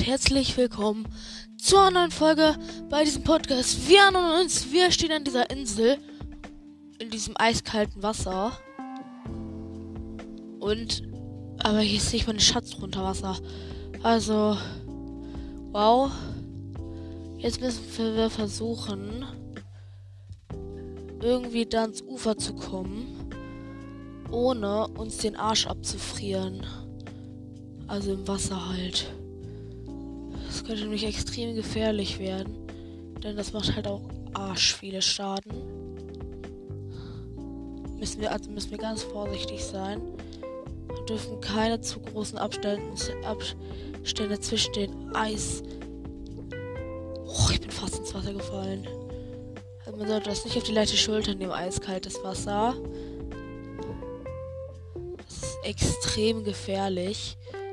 herzlich willkommen zu einer neuen Folge bei diesem Podcast. Wir stehen an dieser Insel, in diesem eiskalten Wasser. Aber hier ist nicht mal eine Schatztruhe unter Wasser. Also, wow. Jetzt müssen wir versuchen, irgendwie da ans Ufer zu kommen, ohne uns den Arsch abzufrieren. Also im Wasser halt. Das könnte nämlich extrem gefährlich werden, denn das macht halt auch arsch viele Schaden. Müssen wir ganz vorsichtig sein. Wir dürfen keine zu großen Abstände zwischen den Eis. Oh, ich bin fast ins Wasser gefallen. Also man sollte das nicht auf die leichte Schulter nehmen, eiskaltes Wasser. Das ist extrem gefährlich.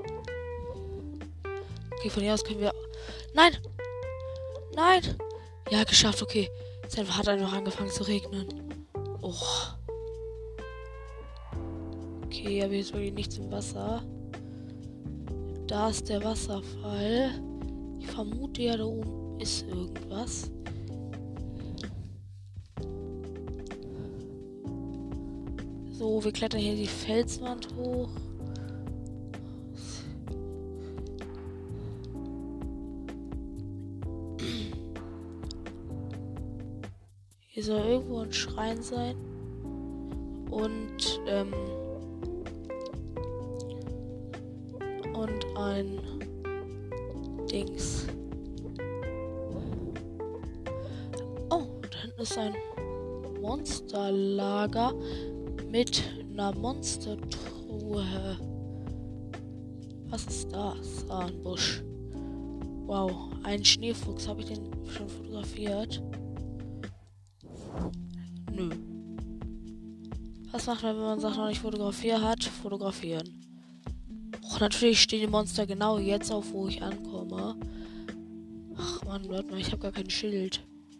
Okay, von hier aus können wir... Nein! Nein! Ja, geschafft, okay. Es hat einfach angefangen zu regnen. Oh. Okay, aber hier ist wirklich nichts im Wasser. Da ist der Wasserfall. Ich vermute ja, da oben ist irgendwas. So, wir klettern hier die Felswand hoch. Hier soll irgendwo ein Schrein sein. Und ein Dings. Oh, da hinten ist ein Monsterlager mit einer Monstertruhe. Was ist das? Ah, ein Busch. Wow, ein Schneefuchs. Habe ich den schon fotografiert? Nö. Was macht man, wenn man Sachen noch nicht fotografiert hat? Fotografieren. Och, natürlich stehen die Monster genau jetzt auf, wo ich ankomme. Ach man, warte mal, ich habe gar kein Schild.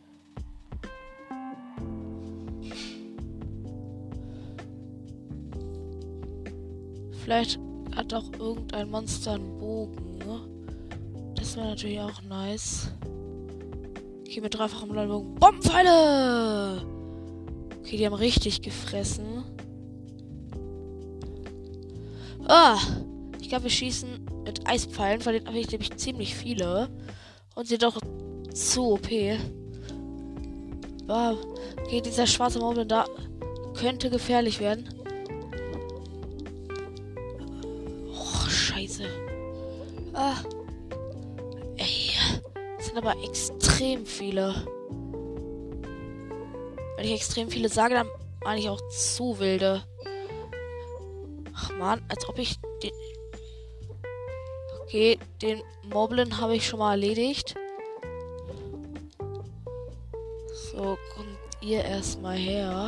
Vielleicht hat auch irgendein Monster einen Bogen. Ne? Das wäre natürlich auch nice. Okay, mit dreifachem Bogen. Bombenpfeile! Okay, die haben richtig gefressen. Ah! Ich glaube, wir schießen mit Eispfeilen, von denen habe ich nämlich ziemlich viele. Und sie doch zu OP. Wow. Okay, dieser schwarze Moblin da könnte gefährlich werden. Oh, scheiße. Ah. Ey. Das sind aber extrem viele. Wenn ich extrem viele sage, dann meine ich auch zu wilde. Ach man, als ob ich den... Okay, den Moblin habe ich schon mal erledigt. So, kommt ihr erstmal her.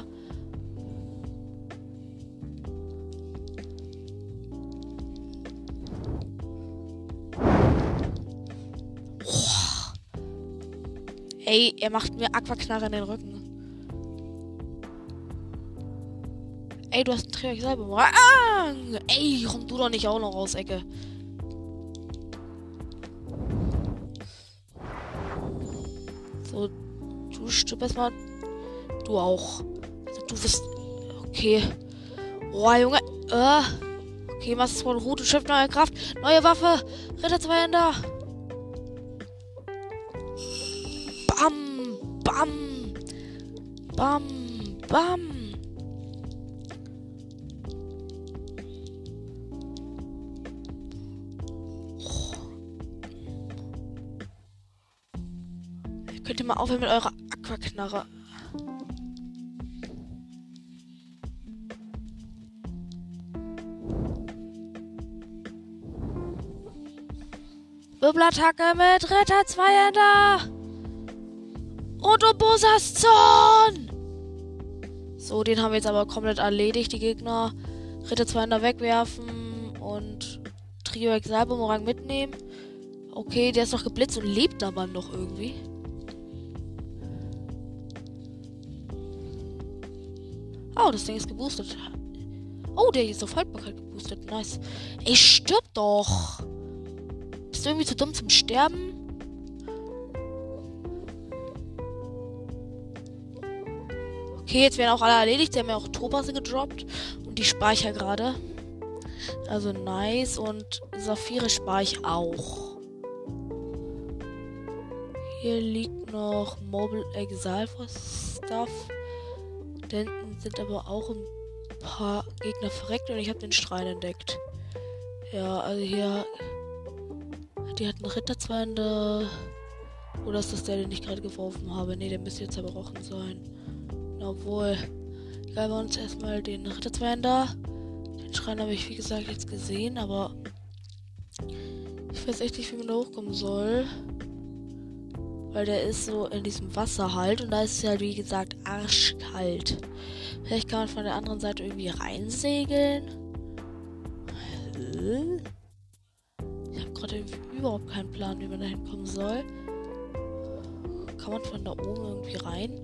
Oh. Ey, er macht mir Aquaknarre in den Rücken. Ey, du hast einen Triebwerk selber. Ah! Ey, komm du doch nicht auch noch raus, Ecke. So, du stirbst erstmal. Du auch. Also, du bist. Okay. Oh, Junge. Okay, Master Sword Route, Schiff, neue Kraft, neue Waffe. Ritter Zweihänder. Bam. Bam. Bam. Bam. Könnt ihr mal aufhören mit eurer Aquaknarre? Wirbelattacke mit Ritter Zweihänder! Und Obosas Zorn! So, den haben wir jetzt aber komplett erledigt, die Gegner. Ritter Zweihänder wegwerfen und Trio Exalbumorang mitnehmen. Okay, der ist noch geblitzt und lebt aber noch irgendwie. Oh, das Ding ist geboostet. Oh, der ist auf Haltbarkeit geboostet. Nice. Ey, stirb doch. Bist irgendwie zu dumm zum Sterben. Okay, jetzt werden auch alle erledigt. Sie haben ja auch Topasse gedroppt. Und die speicher gerade. Also nice. Und Saphire spare ich auch. Hier liegt noch Mobile Exile for Stuff. Da hinten sind aber auch ein paar Gegner verreckt. Und ich habe den Schrein entdeckt. Ja, also hier... Die hat einen Ritter zwar in der... Oder ist das der, den ich gerade geworfen habe? Ne, der müsste jetzt zerbrochen sein. Obwohl, egal, wir uns erstmal den Ritter 2 da. Den Schrein habe ich, wie gesagt, jetzt gesehen, aber ich weiß echt nicht, wie man da hochkommen soll. Weil der ist so in diesem Wasser halt und da ist es halt, wie gesagt, arschkalt. Vielleicht kann man von der anderen Seite irgendwie reinsegeln. Ich habe gerade überhaupt keinen Plan, wie man da hinkommen soll. Kann man von da oben irgendwie rein?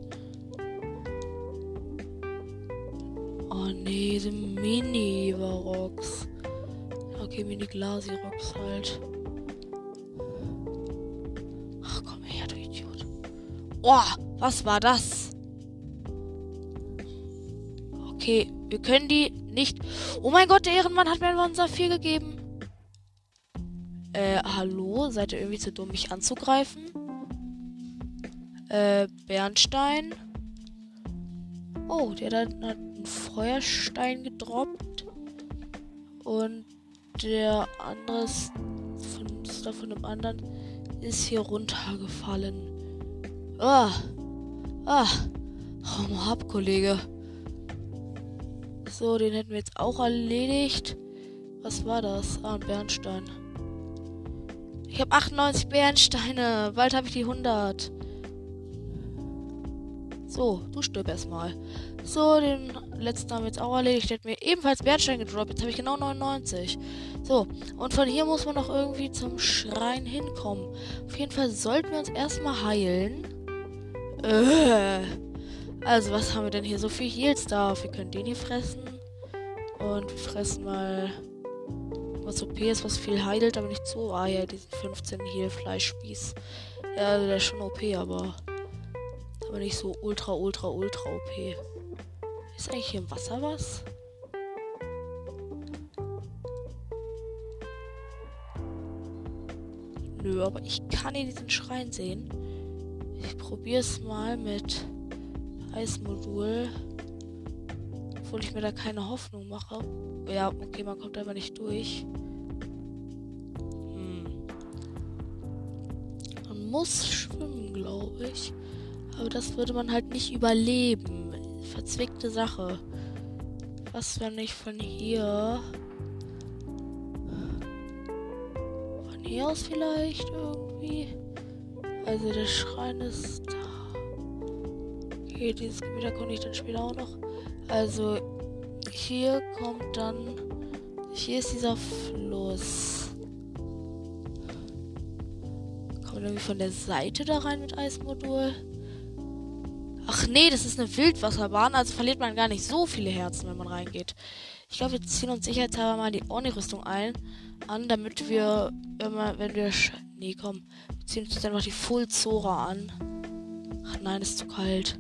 Oh nee, diese Mini-Rocks. Okay, Mini-Glasi-Rocks halt. Ach komm her, du Idiot. Oh, was war das? Okay, wir können die nicht... Oh mein Gott, der Ehrenmann hat mir einen Saphir gegeben. Hallo? Seid ihr irgendwie zu dumm, mich anzugreifen? Bernstein. Oh, der hat einen Feuerstein gedroppt. Und der andere von dem anderen ist hier runtergefallen. Hau mal ab, Kollege. So, den hätten wir jetzt auch erledigt. Was war das? Ah, ein Bernstein. Ich habe 98 Bernsteine. Bald habe ich die 100. So, du stirb erstmal. So, den letzten haben wir jetzt auch erledigt. Der hat mir ebenfalls Bernstein gedroppt. Jetzt habe ich genau 99. So, und von hier muss man noch irgendwie zum Schrein hinkommen. Auf jeden Fall sollten wir uns erstmal heilen. Also, was haben wir denn hier? So viel Heals da. Wir können den hier fressen. Und wir fressen mal was OP ist, was viel heilt, aber nicht so. Ah ja, diesen 15 Heal-Fleischspieß. Ja, also der ist schon OP, aber nicht so ultra OP. Ist eigentlich hier im Wasser was? Nö, aber ich kann hier diesen Schrein sehen. Ich probiere es mal mit Eismodul. Obwohl ich mir da keine Hoffnung mache. Ja, okay, man kommt einfach nicht durch. Man muss schwimmen, glaube ich. Aber das würde man halt nicht überleben. Verzwickte Sache. Was, wenn ich von hier... Von hier aus vielleicht irgendwie? Also der Schrein ist da. Okay, dieses Gebiet erkunde ich dann später auch noch. Also hier kommt dann... Hier ist dieser Fluss. Kommt irgendwie von der Seite da rein mit Eismodul? Ach nee, das ist eine Wildwasserbahn, also verliert man gar nicht so viele Herzen, wenn man reingeht. Ich glaube, wir ziehen uns sicherheitshalber mal die Orni-Rüstung an, damit wir immer, wenn wir... Nee, komm. Wir ziehen uns jetzt einfach die Full Zora an. Ach nein, ist zu kalt.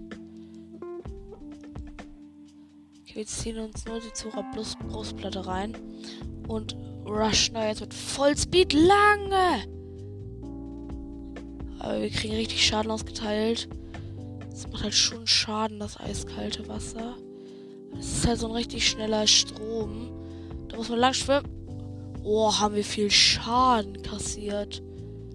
Okay, wir ziehen uns nur die Zora plus Brustplatte rein. Und rushen da jetzt mit Vollspeed lange. Aber wir kriegen richtig Schaden ausgeteilt. Das macht halt schon Schaden, das eiskalte Wasser. Es ist halt so ein richtig schneller Strom. Da muss man lang schwimmen. Oh, haben wir viel Schaden kassiert.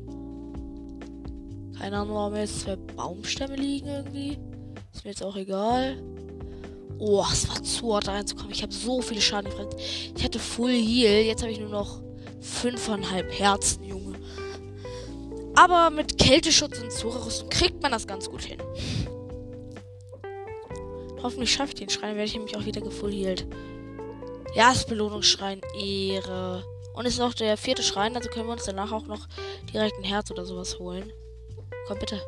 Keine Ahnung, warum jetzt 2 Baumstämme liegen irgendwie. Ist mir jetzt auch egal. Oh, es war zu hart da reinzukommen. Ich habe so viele Schaden gefressen. Ich hatte Full Heal. Jetzt habe ich nur noch 5,5 Herzen, Junge. Aber mit Kälteschutz und Zora-Rüstung kriegt man das ganz gut hin. Hoffentlich schaffe ich den Schrein, werde ich nämlich auch wieder gefullhealt. Ja, das Belohnungsschrein, Ehre. Und es ist auch der 4. Schrein, also können wir uns danach auch noch direkt ein Herz oder sowas holen. Komm, bitte.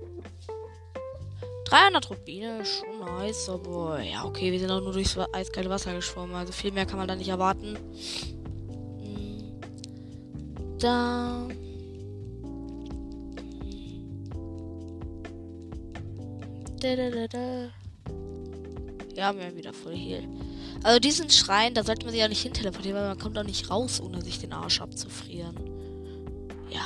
300 Rubine, schon nice, aber ja, okay, wir sind auch nur durchs eiskalte Wasser geschwommen, also viel mehr kann man da nicht erwarten. Da Ja, wir haben wieder voll Heal. Also diesen Schrein, da sollte man sich ja nicht hin teleportieren, weil man kommt auch nicht raus, ohne sich den Arsch abzufrieren. Ja.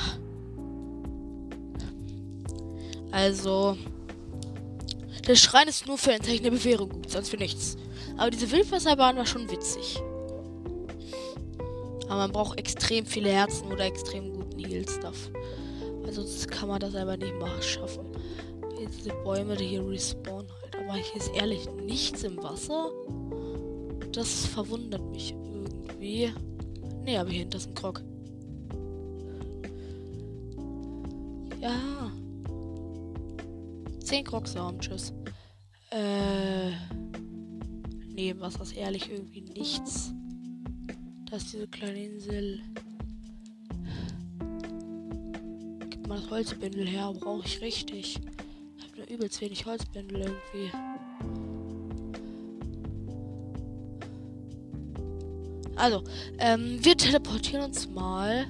Also, der Schrein ist nur für ein Zeichen der Bewährung gut, sonst für nichts. Aber diese Wildwasserbahn war schon witzig. Aber man braucht extrem viele Herzen oder extrem guten Heal-Stuff. Also sonst kann man das selber nicht mal schaffen. Diese Bäume, die hier respawnen halt. Aber hier ist ehrlich nichts im Wasser. Das verwundert mich irgendwie. Ne, aber hier hinten ist ein Krog. Ja. 10 Krogs haben, tschüss. Nee, im Wasser ist ehrlich irgendwie nichts. Das ist diese kleine Insel. Gib mal das Holzbündel her, brauche ich richtig. Ich habe nur übelst wenig Holzbündel irgendwie. Also, wir teleportieren uns mal.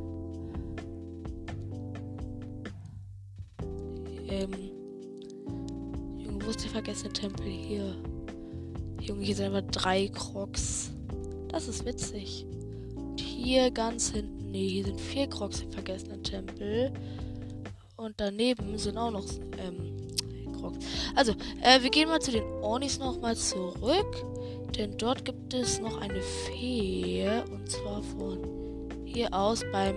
Junge, wo ist der vergessene Tempel hier? Junge, hier sind einfach 3 Krogs. Das ist witzig. Und hier ganz hinten, nee, hier sind 4 Krogs im vergessenen Tempel. Und daneben sind auch noch Krogs. Also, wir gehen mal zu den Ornis nochmal zurück. Denn dort gibt es noch eine Fee. Und zwar von hier aus beim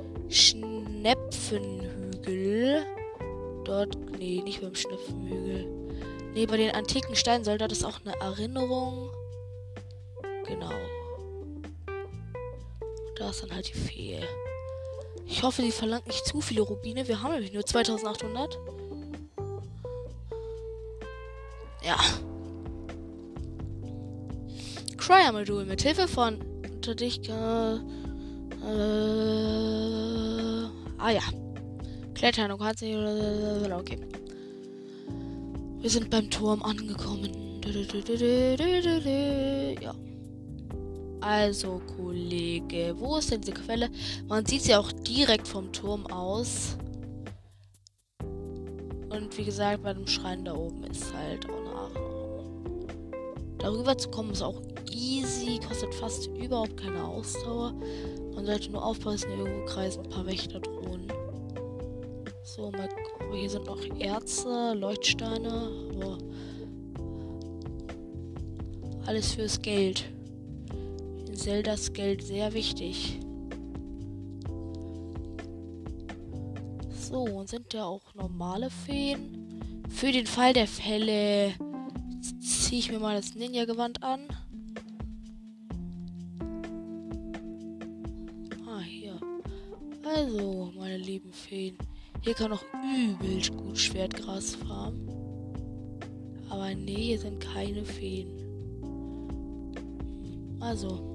Schnepfenhügel. Dort, nee, nicht beim Schnepfenhügel. Nee, bei den antiken Steinen soll dort ist auch eine Erinnerung. Genau. Da ist dann halt die Fee. Ich hoffe, sie verlangt nicht zu viele Rubine. Wir haben nämlich nur 2800. Ja. Cryo-Modul mit Hilfe von Unterdichter. Ja. Klettern, du kannst nicht. Okay. Wir sind beim Turm angekommen. Ja. Also, Kollege, wo ist denn diese Quelle? Man sieht sie auch direkt vom Turm aus. Und wie gesagt, bei dem Schrein da oben ist halt auch eine Erinnerung. Darüber zu kommen ist auch easy, kostet fast überhaupt keine Ausdauer. Man sollte nur aufpassen, irgendwo kreisen ein paar Wächterdrohnen. So, mal gucken, hier sind noch Erze, Leuchtsteine, aber alles fürs Geld. In Zelda ist Geld sehr wichtig. So, und sind ja auch normale Feen. Für den Fall der Fälle ziehe ich mir mal das Ninja-Gewand an. Ah, hier. Also, meine lieben Feen. Hier kann auch übelst gut Schwertgras farmen. Aber nee, hier sind keine Feen. Also.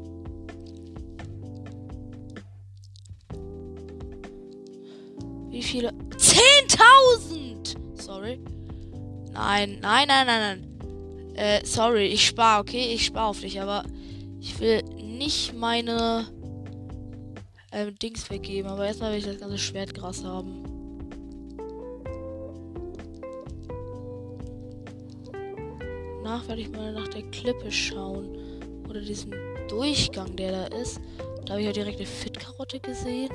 Wie viele? 10.000! Sorry. Nein. Sorry, ich spare, okay? Ich spare auf dich, aber ich will nicht meine Dings weggeben. Aber erstmal will ich das ganze Schwertgras haben. Danach werde ich mal nach der Klippe schauen. Oder diesen Durchgang, der da ist. Da habe ich ja direkt eine Fit-Karotte gesehen.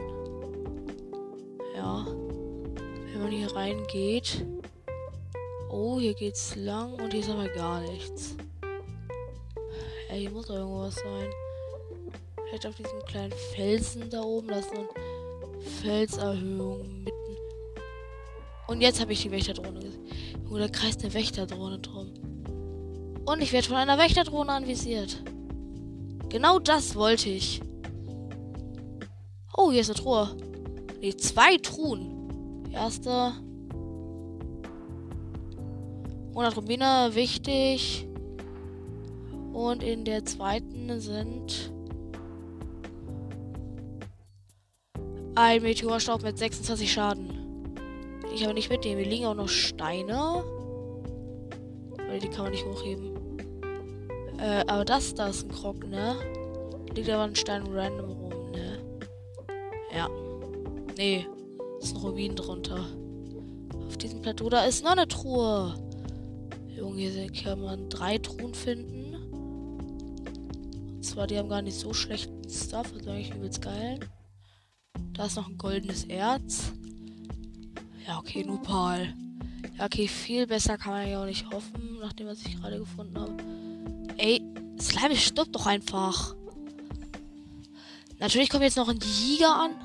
Ja. Wenn man hier reingeht. Oh, hier geht's lang und hier ist aber gar nichts. Ey, hier muss doch irgendwas sein. Vielleicht auf diesem kleinen Felsen da oben. Da ist so eine Felserhöhung mitten. Und jetzt habe ich die Wächterdrohne gesehen. Oh, da kreist eine Wächterdrohne drum. Und ich werde von einer Wächterdrohne anvisiert. Genau das wollte ich. Oh, hier ist eine Truhe. Ne, 2 Truhen. Die erste. 100 Rubine, wichtig. Und in der zweiten sind ein Meteorstaub mit 26 Schaden. Den ich aber nicht mitnehmen. Hier liegen auch noch Steine. Weil die kann man nicht hochheben. Aber da ist ein Krog, ne? Liegt aber ein Stein random rum, ne? Ja. Nee. Ist ein Rubin drunter. Auf diesem Plateau, da ist noch eine Truhe. Junge, hier kann man 3 Truhen finden. Und zwar, die haben gar nicht so schlechten Stuff. Das ist eigentlich übelst geil. Da ist noch ein goldenes Erz. Ja, okay, nur Pal. Ja, okay, viel besser kann man ja auch nicht hoffen, nachdem was ich gerade gefunden habe. Ey, Slime stirbt doch einfach. Natürlich kommt jetzt noch ein Jäger an.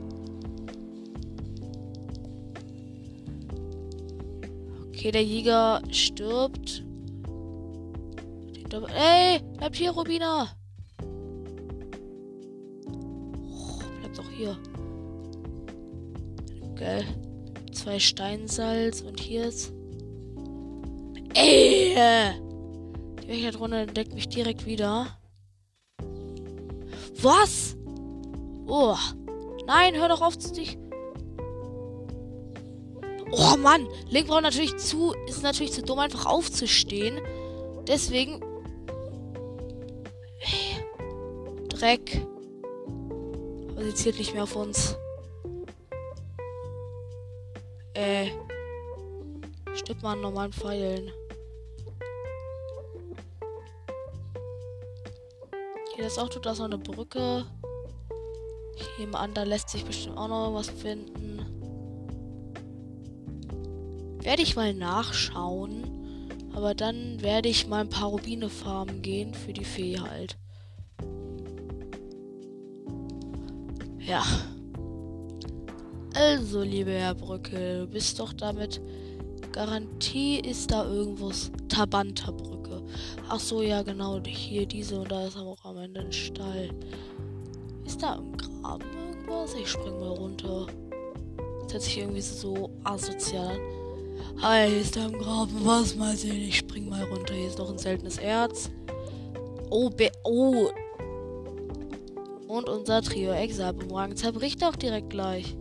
Okay, der Jäger stirbt. Ey, bleibt hier, Rubina. Oh, bleibt doch hier. Geil. 2 Steinsalz und hier ist... Ey! Die Wächterdrohne entdeckt mich direkt wieder. Was? Oh. Nein, hör doch auf zu dich. Oh Mann, Link braucht natürlich ist natürlich zu dumm, einfach aufzustehen. Deswegen... Dreck. Aber sie zielt nicht mehr auf uns. Stirbt man an normalen Pfeilen. Hier das Auto, da ist noch eine Brücke. Ich nehme an, da lässt sich bestimmt auch noch was finden. Werde ich mal nachschauen. Aber dann werde ich mal ein paar Rubine farmen gehen für die Fee halt. Ja. Also, liebe Herr Brücke, du bist doch damit... Garantie ist da irgendwo Tabanta-Brücke. Ach so, ja genau, hier diese und da ist aber auch am Ende ein Stall. Ist da im Graben irgendwas? Ich spring mal runter. Das hört sich irgendwie so asozial an. Hi, ist da im Graben was? Mal sehen, ich spring mal runter. Hier ist noch ein seltenes Erz. Oh, und unser Trio Exalbumerang zerbricht auch direkt gleich.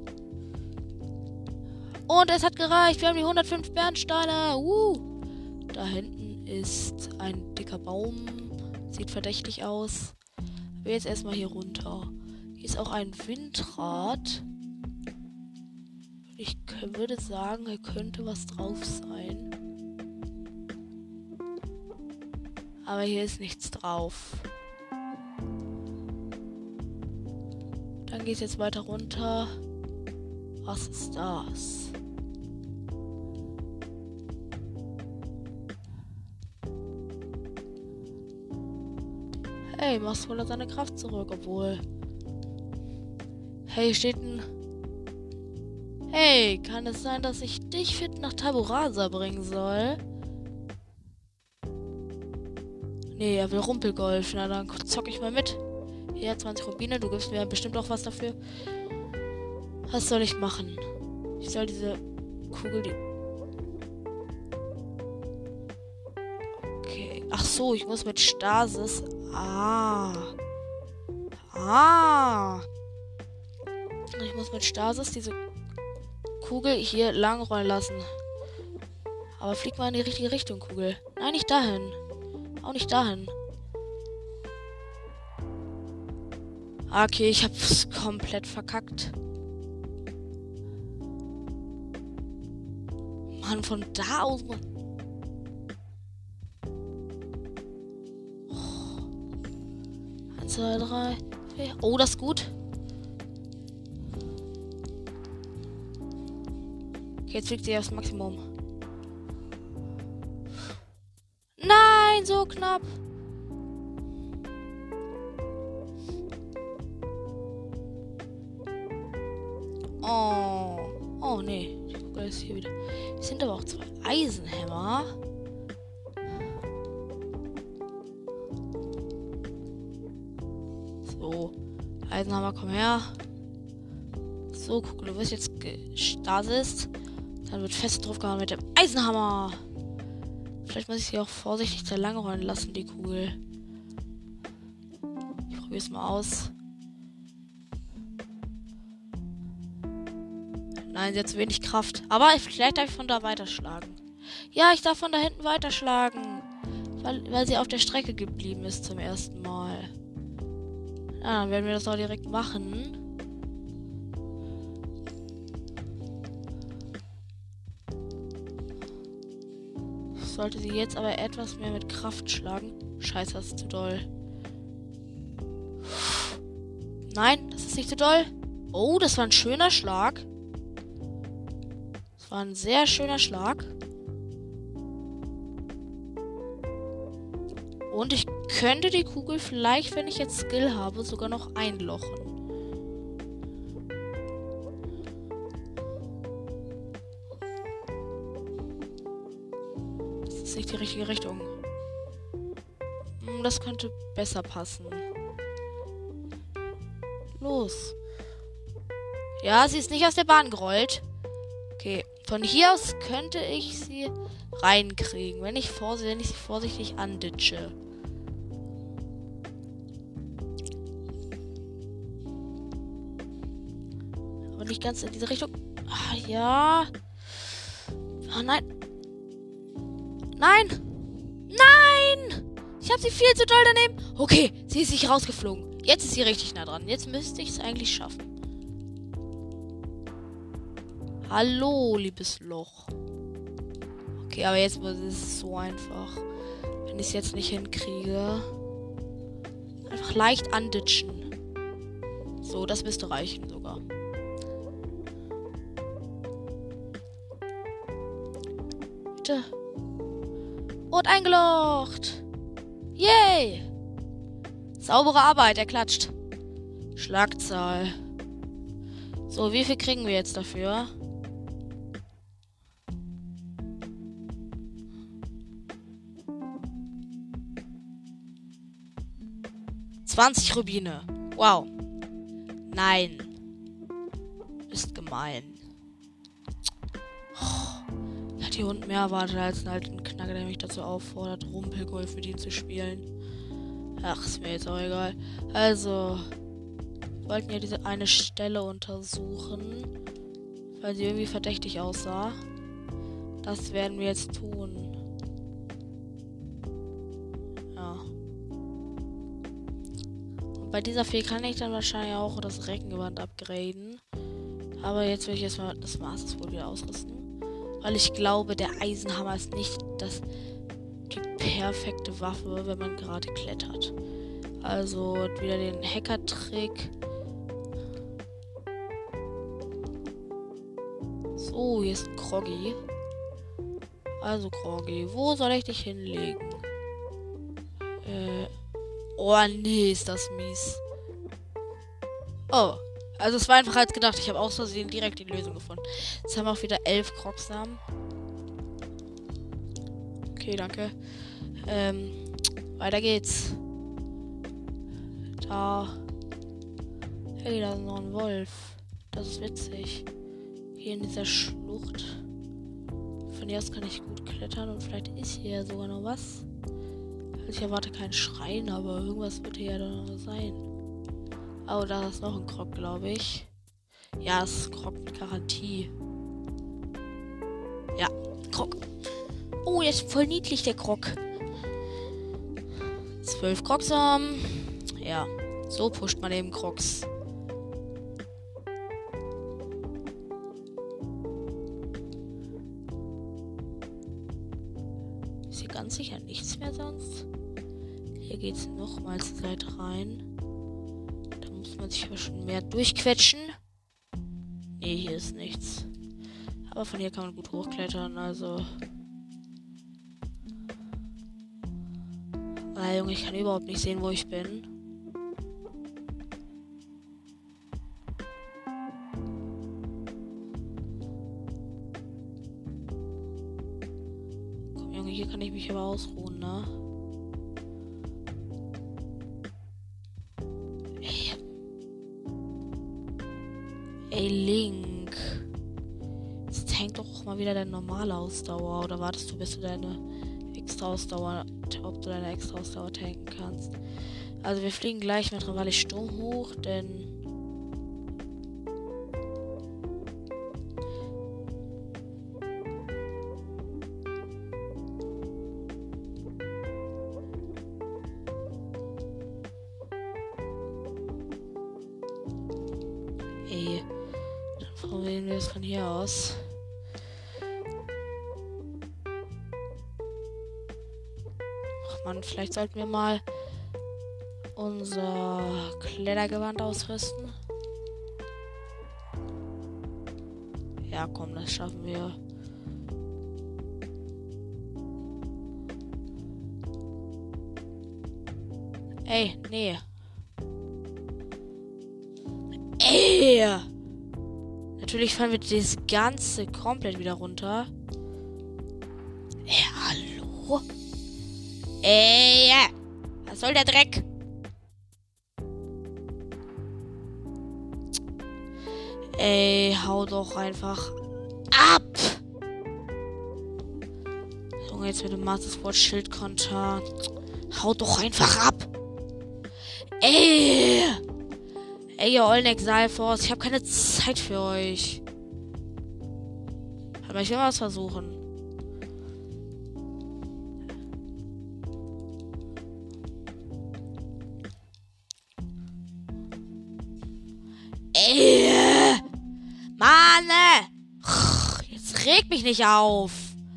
Und es hat gereicht. Wir haben die 105 Bernsteine. Da hinten ist ein dicker Baum. Sieht verdächtig aus. Aber jetzt erstmal hier runter. Hier ist auch ein Windrad. Ich würde sagen, hier könnte was drauf sein. Aber hier ist nichts drauf. Dann geht es jetzt weiter runter. Was ist das? Hey, machst wohl seine Kraft zurück, obwohl... Hey, steht ein... Hey, kann es sein, dass ich dich fit nach Taburasa bringen soll? Nee, er will Rumpelgolf. Na, dann zock ich mal mit. Hier, 20 Rubine, du gibst mir bestimmt auch was dafür. Was soll ich machen? Ich soll diese Kugel... Okay. Ach so, ich muss mit Stasis... Ich muss mit Stasis diese Kugel hier lang rollen lassen. Aber flieg mal in die richtige Richtung, Kugel. Nein, nicht dahin. Auch nicht dahin. Okay, ich hab's komplett verkackt. Mann, von da aus... 1, 2, 3, 4. Oh, das ist gut. Okay, jetzt fliegt sie aufs Maximum. Nein, so knapp. Oh, nee. Ich gucke jetzt hier wieder. Es sind aber auch 2 Eisenhämmer. So. Eisenhammer, komm her. So, guck, du wirst jetzt gestartet. Dann wird fest drauf gehauen mit dem Eisenhammer. Vielleicht muss ich sie auch vorsichtig da lang rollen lassen, die Kugel. Ich probiere es mal aus. Nein, sie hat zu wenig Kraft. Aber vielleicht darf ich von da weiterschlagen. Ja, ich darf von da hinten weiterschlagen. Weil sie auf der Strecke geblieben ist zum ersten Mal. Ja, dann werden wir das auch direkt machen. sollte sie jetzt aber etwas mehr mit Kraft schlagen. Scheiße, das ist zu doll. Nein, das ist nicht zu doll. Oh, das war ein schöner Schlag. Das war ein sehr schöner Schlag. Und ich könnte die Kugel vielleicht, wenn ich jetzt Skill habe, sogar noch einlochen. Das ist nicht die richtige Richtung. Das könnte besser passen. Los. Ja, sie ist nicht aus der Bahn gerollt. Okay, von hier aus könnte ich sie reinkriegen, wenn ich sie vorsichtig anditsche. Aber nicht ganz in diese Richtung. Ah, ja. Ah, nein. Nein! Nein! Ich habe sie viel zu doll daneben. Okay, sie ist nicht rausgeflogen. Jetzt ist sie richtig nah dran. Jetzt müsste ich es eigentlich schaffen. Hallo, liebes Loch. Okay, aber jetzt ist es so einfach. Wenn ich es jetzt nicht hinkriege. Einfach leicht anditschen. So, das müsste reichen sogar. Bitte. Und eingelocht. Yay! Saubere Arbeit, er klatscht. Schlagzahl. So, wie viel kriegen wir jetzt dafür? $20 Rubine. Wow. Nein. Ist gemein. Ich hatte hier unten mehr erwartet als einen alten Knacker, der mich dazu auffordert, Rumpelgolf mit ihm zu spielen. Ach, ist mir jetzt auch egal. Also, wir wollten ja diese eine Stelle untersuchen, weil sie irgendwie verdächtig aussah. Das werden wir jetzt tun. Ja. Und bei dieser Fee kann ich dann wahrscheinlich auch das Reckengewand upgraden. Aber jetzt will ich erstmal das Maß wohl wieder ausrüsten. Weil ich glaube, der Eisenhammer ist nicht die perfekte Waffe, wenn man gerade klettert. Also wieder den Hacker-Trick. So, hier ist ein Kroggy. Also Kroggy, wo soll ich dich hinlegen? Oh nee, ist das mies. Oh, also es war einfach als gedacht. Ich habe aus Versehen direkt die Lösung gefunden. Jetzt haben wir auch wieder 11 Krogsamen. Okay, danke. Weiter geht's. Da. Hey, da ist noch ein Wolf. Das ist witzig. Hier in dieser Schlucht. Von hier aus kann ich gut klettern und vielleicht ist hier sogar noch was. Also ich erwarte keinen Schrein, aber irgendwas wird hier ja doch noch sein. Oh, da ist noch ein Krog, glaube ich. Ja, es ist Krog mit Garantie. Ja, Krog. Oh, der ist voll niedlich, der Krog. 12 Krogsamen. Ja, so pusht man eben Krogs. Ist hier ganz sicher nichts mehr sonst. Hier geht's nochmals Zeit rein. Da muss man sich aber schon mehr durchquetschen. Nee, hier ist nichts. Aber von hier kann man gut hochklettern, also. Ah, Junge, ich kann überhaupt nicht sehen, wo ich bin. Komm, Junge, hier kann ich mich aber ausruhen, ne? Ey, Link. Jetzt hängt doch auch mal wieder deine normale Ausdauer. Oder wartest du, bis du deine Extra-Ausdauer, ob du deine Extra-Ausdauer tanken kannst? Also wir fliegen gleich mit Rivali Sturm hoch, denn ey, dann probieren wir es von hier aus. Ach man, vielleicht sollten wir mal unser Klettergewand ausrüsten. Ja, komm, das schaffen wir. Ey, nee. Ey! Natürlich fallen wir das Ganze komplett wieder runter. Ey, hallo? Ey! Was soll der Dreck? Ey, hau doch einfach ab! Junge, jetzt mit dem Master Sword Schildkonter. Hau doch einfach ab! Ey! Ey, ihr ollen Exalforce, ich habe keine Zeit für euch. Aber ich will was versuchen. Ey! Mann! Jetzt reg mich nicht auf.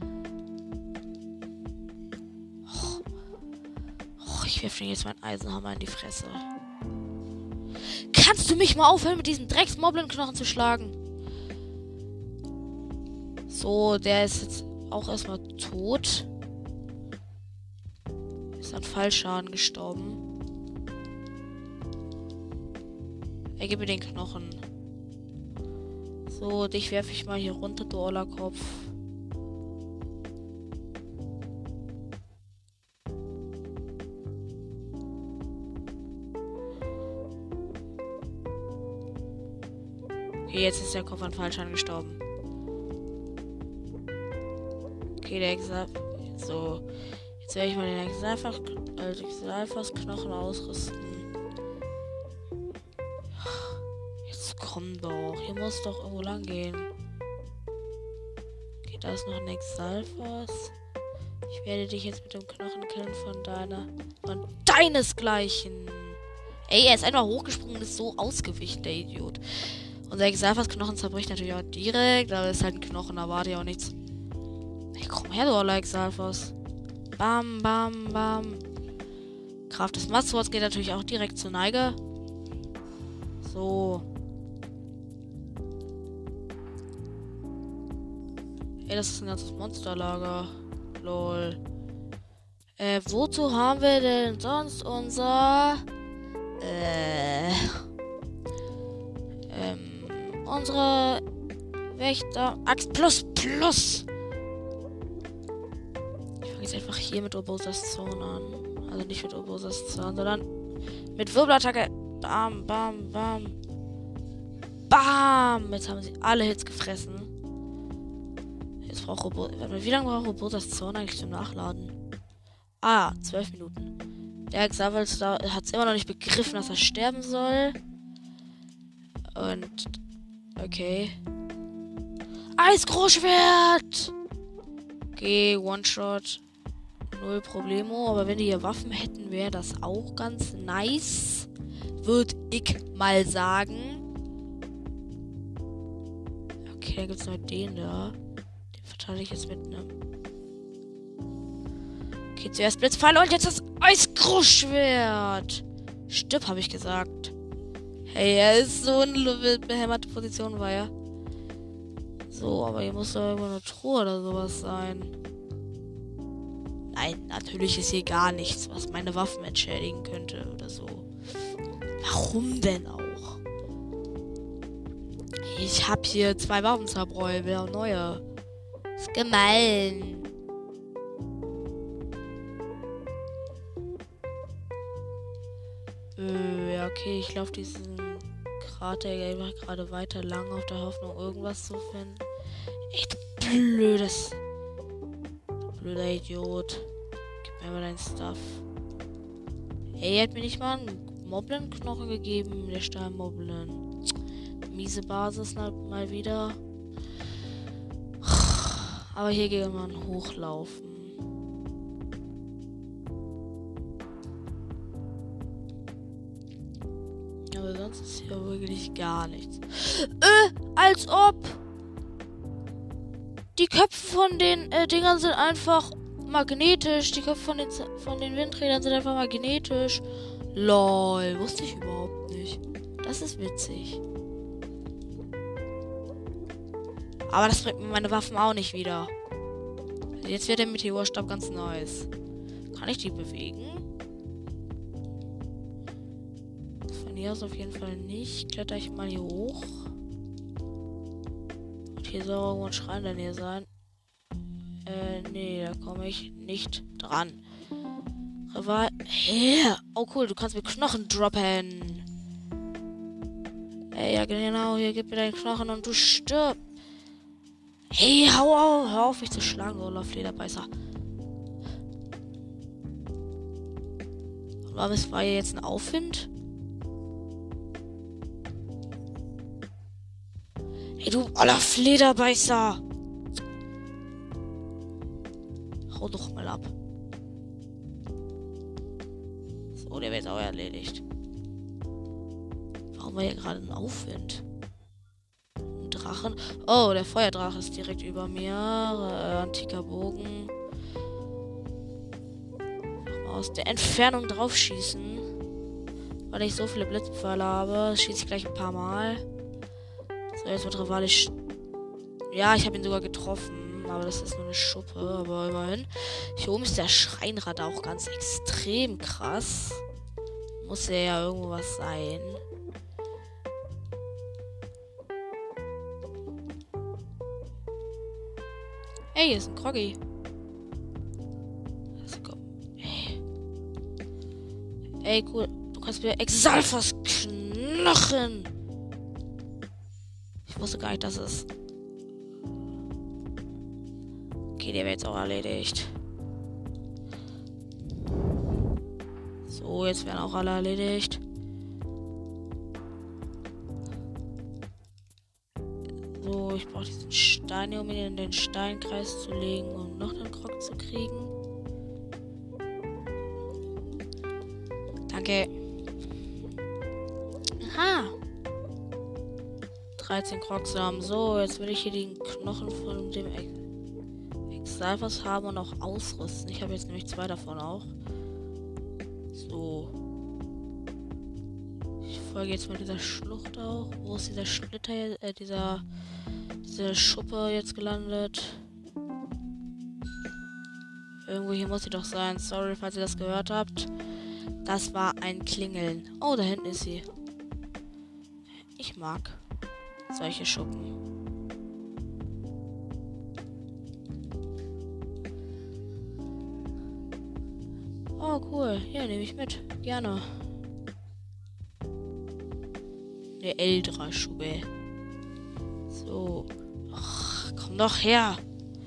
Ich werfe jetzt meinen Eisenhammer in die Fresse. Kannst du mich mal aufhören, mit diesem Drecks-Moblin-Knochen zu schlagen? So, der ist jetzt auch erstmal tot. Ist an Fallschaden gestorben. Er gibt mir den Knochen. So, dich werfe ich mal hier runter, du oller Kopf. Okay, jetzt ist der Kopf an Fallschaden gestorben. Okay, der Exalf. So. Jetzt werde ich mal den Exalfos-Knochen ausrüsten. Jetzt komm doch. Hier muss doch irgendwo lang gehen. Okay, da ist noch ein Exalfos. Ich werde dich jetzt mit dem Knochen killen von deinesgleichen. Ey, er ist einfach hochgesprungen und ist so ausgewichen, der Idiot. Unser Exalfos-Knochen zerbricht natürlich auch direkt, aber ist halt ein Knochen, da warte ich auch nichts. Ey, komm her, du aller Exalfos. Bam, bam, bam. Kraft des Master Swords geht natürlich auch direkt zur Neige. So. Ey, das ist ein ganzes Monsterlager. Lol. Wozu haben wir denn sonst unser... unsere Wächter... Axt plus plus! Ich fange jetzt einfach hier mit Urbosas Zorn an. Also nicht mit Urbosas Zorn, sondern mit Wirbelattacke. Bam, bam, bam. Bam! Jetzt haben sie alle Hits gefressen. Jetzt braucht wie lange braucht Urbosas Zorn eigentlich zum Nachladen? 12 Minuten. Der Xavels hat es immer noch nicht begriffen, dass er sterben soll. Und... Okay. Eisgroßschwert! Okay, One-Shot. Null Problemo. Aber wenn die hier Waffen hätten, wäre das auch ganz nice. Würde ich mal sagen. Okay, dann gibt es noch den da. Den verteile ich jetzt mit einem... Okay, zuerst Blitzpfeil und jetzt das Eisgroßschwert. Stirb, habe ich gesagt. Hey, er ist so eine behämmerte Position, war er. So, aber hier muss doch irgendwo eine Truhe oder sowas sein. Nein, natürlich ist hier gar nichts, was meine Waffen entschädigen könnte oder so. Warum denn auch? Ich hab hier 2 Waffen zerbräucht, wieder neue. Ist gemein. Ja, okay, ich laufe diesen Krater einfach gerade weiter lang auf der Hoffnung, irgendwas zu finden. Echt blöder Idiot. Gib mir mal dein Stuff. Ey, er hat mir nicht mal einen Moblin-Knochen gegeben, der Stahlmoblin. Miese Basis mal wieder. Aber hier geht man hochlaufen. Aber sonst ist hier wirklich gar nichts. Als ob die Köpfe von den Dingern sind einfach magnetisch. Die Köpfe von den Windrädern sind einfach magnetisch. Lol, wusste ich überhaupt nicht. Das ist witzig. Aber das bringt mir meine Waffen auch nicht wieder. Jetzt wird der Meteorstab ganz nice. Kann ich die bewegen? Von hier aus auf jeden Fall nicht. Kletter ich mal hier hoch. Und hier soll irgendwo ein Schrein in der Nähe sein. Nee, da komme ich nicht dran. Oh cool, du kannst mir Knochen droppen. Ja genau, hier gib mir deinen Knochen und du stirbst. Hey, hör auf mich zu schlagen, Olaf Flederbeißer. Und was war hier jetzt ein Aufwind? Hey, du Olaf Flederbeißer. Hau doch mal ab. So, der wird auch erledigt. Warum war hier gerade ein Aufwind? Ein Drachen. Oh, der Feuerdrache ist direkt über mir. Antiker Bogen. Mal aus der Entfernung drauf schießen. Weil ich so viele Blitzpfeile habe, schieße ich gleich ein paar Mal. So, jetzt wird Rivalisch. Ja, ich habe ihn sogar getroffen. Aber das ist nur eine Schuppe. Aber immerhin. Hier oben ist der Schreinrad auch ganz extrem krass. Muss ja irgendwo was sein. Hey, hier ist ein Kroggy. Also, komm. Ey, cool. Du kannst mir Exalfas Knochen. Ich wusste gar nicht, dass es. Okay, der wird jetzt auch erledigt. So, jetzt werden auch alle erledigt. So, ich brauche diesen Stein, um ihn in den Steinkreis zu legen, um noch einen Krog zu kriegen. Danke. Aha. 13 Krogs haben. So, jetzt will ich hier den Knochen von dem Exalfas haben und auch ausrüsten. Ich habe jetzt nämlich 2 davon auch. So. Ich folge jetzt mal dieser Schlucht auch. Wo ist dieser Splitter, diese Schuppe jetzt gelandet? Irgendwo hier muss sie doch sein. Sorry, falls ihr das gehört habt. Das war ein Klingeln. Oh, da hinten ist sie. Ich mag solche Schuppen. Oh, cool. Ja, nehme ich mit. Gerne. Eine Eldra-Schube. So. Ach, komm doch her.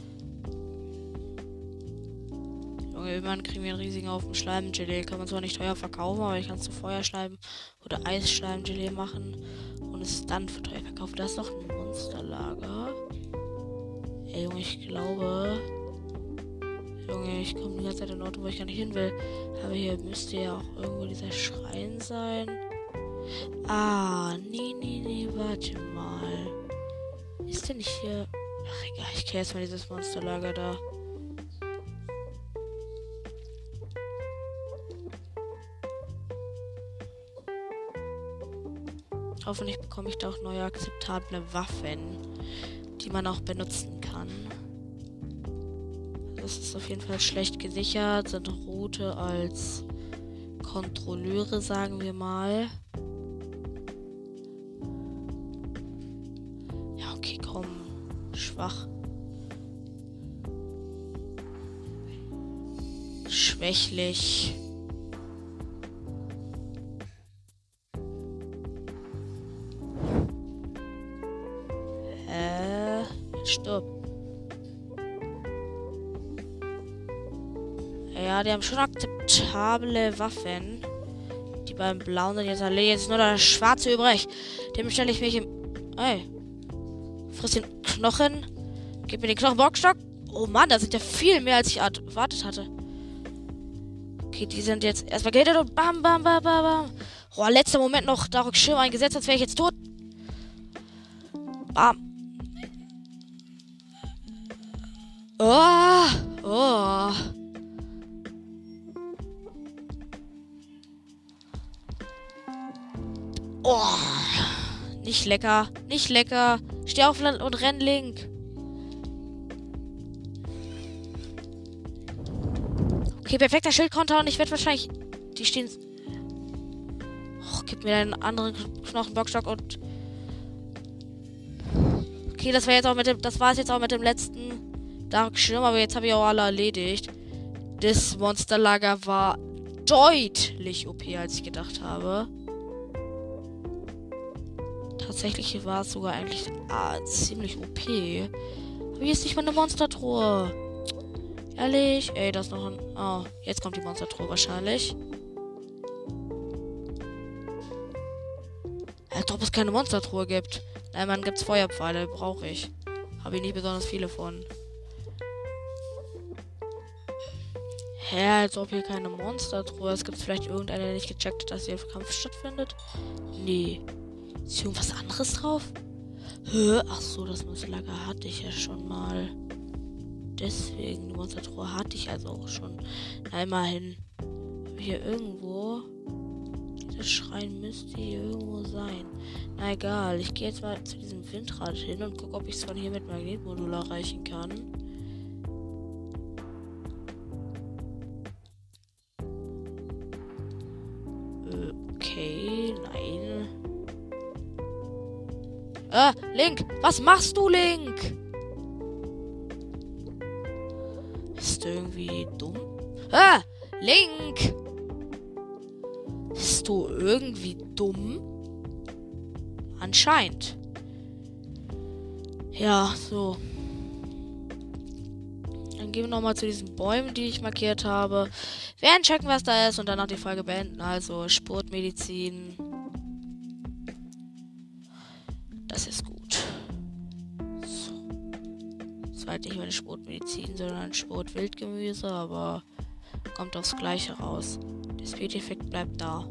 Junge, irgendwann kriegen wir einen riesigen Haufen Schleimgelee. Kann man zwar nicht teuer verkaufen, aber ich kann es zu Feuerschleim oder Eisschleimgelee machen und es dann für teuer verkaufen. Das ist doch ein Monsterlager. Ey, Junge, ich glaube... Junge, ich komme die ganze Zeit an Orte, wo ich gar nicht hin will. Aber hier müsste ja auch irgendwo dieser Schrein sein. Ah, nee, warte mal. Ist denn nicht hier... Ach, egal, ich kenne jetzt mal dieses Monsterlager da. Hoffentlich bekomme ich da auch neue akzeptable Waffen, die man auch benutzen kann. Das ist auf jeden Fall schlecht gesichert. Sind Route als Kontrolleure, sagen wir mal. Ja, okay, komm. Schwach. Schwächlich. Stopp. Ja, die haben schon akzeptable Waffen. Die beim Blauen sind jetzt alle. Jetzt nur der Schwarze übrig. Dem stelle ich mich im... Ey. Friss den Knochen. Gib mir den Knochenbockstock. Oh Mann, da sind ja viel mehr, als ich erwartet hatte. Okay, die sind jetzt erstmal gerettet und bam, bam, bam, bam, bam. Oh, letzter Moment noch Dark Schirm eingesetzt, als wäre ich jetzt tot. Bam. Oh. Oh, nicht lecker. Nicht lecker. Steh auf und renn, Link. Okay, perfekter Schildkonter und ich werde wahrscheinlich... Die stehen... Oh, gib mir einen anderen Knochenbockstock und... Okay, das war jetzt auch mit dem... Das war es jetzt auch mit dem letzten Dark Schirm, aber jetzt habe ich auch alle erledigt. Das Monsterlager war deutlich OP, als ich gedacht habe. Tatsächlich war es sogar eigentlich ziemlich OP. Aber hier ist nicht mal eine Monstertruhe. Ehrlich? Ey, da ist noch ein... Oh, jetzt kommt die Monstertruhe wahrscheinlich. Als ob es keine Monstertruhe gibt. Nein, man, gibt's Feuerpfeile. Brauche ich. Habe ich nicht besonders viele von. Hä, als ob hier keine Monstertruhe ist. Gibt es vielleicht irgendeine, der nicht gecheckt hat, dass hier Kampf stattfindet? Nee. Ist hier irgendwas anderes drauf? Hä? Ach so, das Monsterlager hatte ich ja schon mal. Deswegen, die Monstertruhe hatte ich also auch schon. Na, immerhin. Aber hier irgendwo... Der Schrein müsste hier irgendwo sein. Na egal, ich gehe jetzt mal zu diesem Windrad hin und gucke, ob ich es von hier mit Magnetmodul erreichen kann. Okay, nein. Link! Was machst du, Link? Ist du irgendwie dumm? Link! Bist du irgendwie dumm? Anscheinend. Ja, so. Dann gehen wir nochmal zu diesen Bäumen, die ich markiert habe. Wir werden checken, was da ist und danach die Folge beenden. Also Sportmedizin. Das ist gut. So. Das war halt nicht meine Sportmedizin, sondern Sportwildgemüse, aber kommt aufs Gleiche raus. Der Speed-Effekt bleibt da.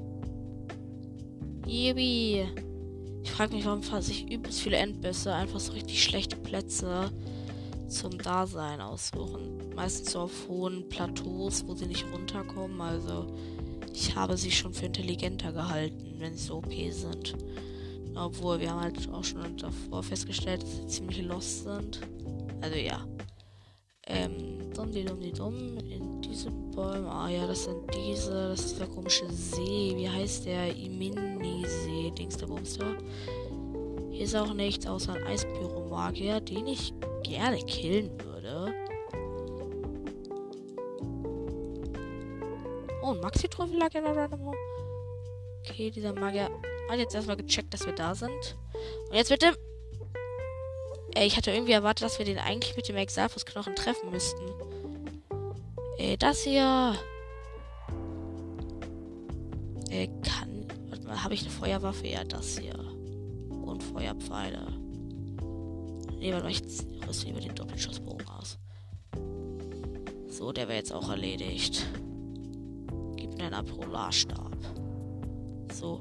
Yippie. Ich frage mich, warum sich übelst viele Endbisse einfach so richtig schlechte Plätze zum Dasein aussuchen. Meistens so auf hohen Plateaus, wo sie nicht runterkommen. Also ich habe sie schon für intelligenter gehalten, wenn sie so OP sind. Obwohl, wir haben halt auch schon davor festgestellt, dass sie ziemlich lost sind. Also ja. Dumm. In diese Bäume. Ah ja, das sind diese. Das ist dieser komische See. Wie heißt der? Imini-See. Dings der Bumster. Hier ist auch nichts außer ein Eispyromagier, den ich gerne killen würde. Oh, ein Maxi-Trophäe lag ja noch random. Okay, dieser Magier hat jetzt erstmal gecheckt, dass wir da sind. Und jetzt mit dem... Ey, ich hatte irgendwie erwartet, dass wir den eigentlich mit dem Exalfus-Knochen treffen müssten. Ey, das hier. Warte mal, habe ich eine Feuerwaffe? Ja, das hier. Und Feuerpfeile. Nee, warte mal, ich rüste lieber den Doppelschussbogen aus. So, der wäre jetzt auch erledigt. Gib mir einen Apolarstab. So.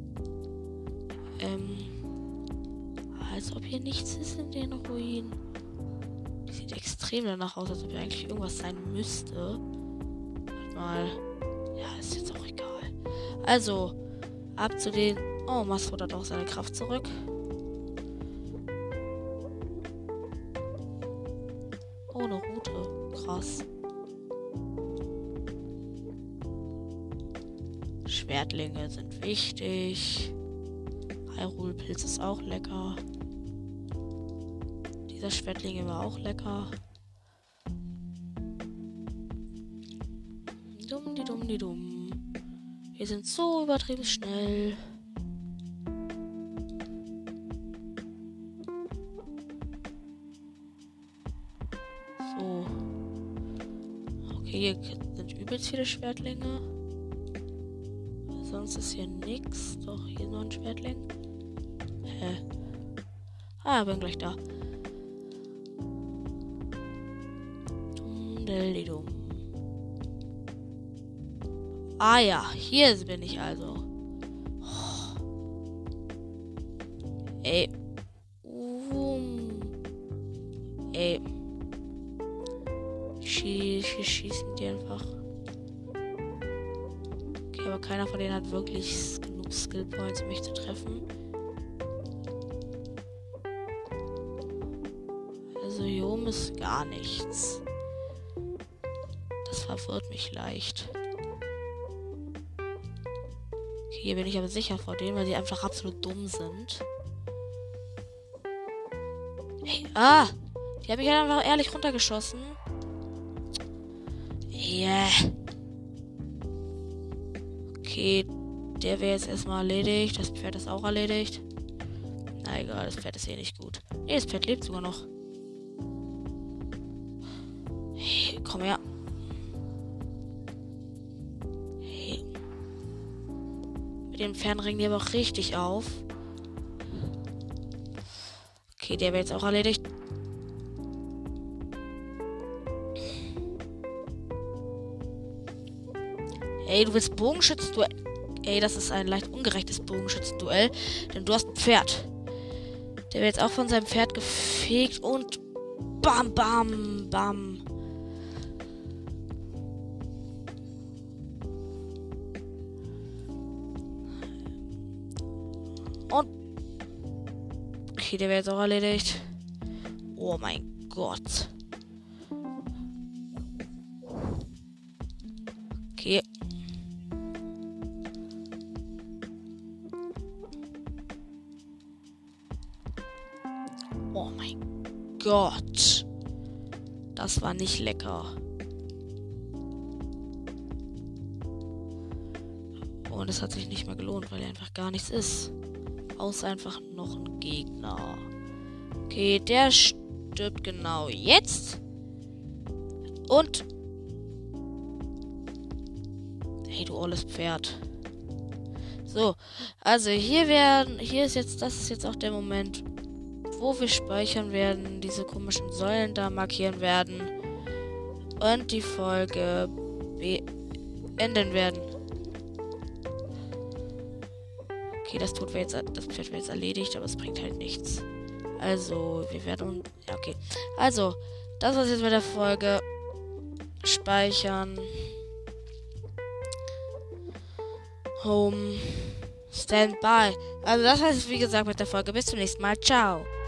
Als ob hier nichts ist in den Ruinen. Die sieht extrem danach aus, als ob hier eigentlich irgendwas sein müsste. Warte mal. Ja, ist jetzt auch egal. Also, ab zu den... Oh, Mastro hat auch seine Kraft zurück. Oh, eine Route. Krass. Schwertlinge sind wichtig. Hyrule-Pilz ist auch lecker. Dieser Schwertlinge war auch lecker. Dumm. Wir sind so übertrieben schnell. So. Okay, hier sind übelst viele Schwertlinge. Sonst ist hier nix. Doch, hier noch ein Schwertling. Hä? Ah, bin gleich da. Dumm. Ah ja, hier bin ich also. Oh. Ey. Ey. Schießen die einfach. Okay, aber keiner von denen hat wirklich genug Skill Points, um mich zu treffen. Also hier oben ist gar nichts. Das verwirrt mich leicht. Okay, hier bin ich aber sicher vor denen, weil sie einfach absolut dumm sind. Hey, die haben mich halt einfach ehrlich runtergeschossen. Yeah. Okay, der wäre jetzt erstmal erledigt. Das Pferd ist auch erledigt. Na egal, das Pferd ist eh nicht gut. Nee, das Pferd lebt sogar noch. Hey, komm her. Hey. Mit dem Pferden regen die aber auch richtig auf. Okay, der wäre jetzt auch erledigt. Ey, du willst Bogenschützenduell? Ey, das ist ein leicht ungerechtes Bogenschützenduell, denn du hast ein Pferd. Der wird jetzt auch von seinem Pferd gefegt und bam, bam, bam. Und okay, der wird jetzt auch erledigt. Oh mein Gott. Okay. Oh mein Gott. Das war nicht lecker. Und es hat sich nicht mehr gelohnt, weil er einfach gar nichts ist. Außer einfach noch ein Gegner. Okay, der stirbt genau jetzt. Und hey, du olles Pferd. So, also das ist jetzt auch der Moment, wo wir speichern werden, diese komischen Säulen da markieren werden und die Folge beenden werden. Okay, das Pferd wird jetzt erledigt, aber es bringt halt nichts. Also, wir werden ja, okay. Also, das war's jetzt mit der Folge. Speichern. Home. Standby. Also, das heißt, wie gesagt, mit der Folge. Bis zum nächsten Mal. Ciao.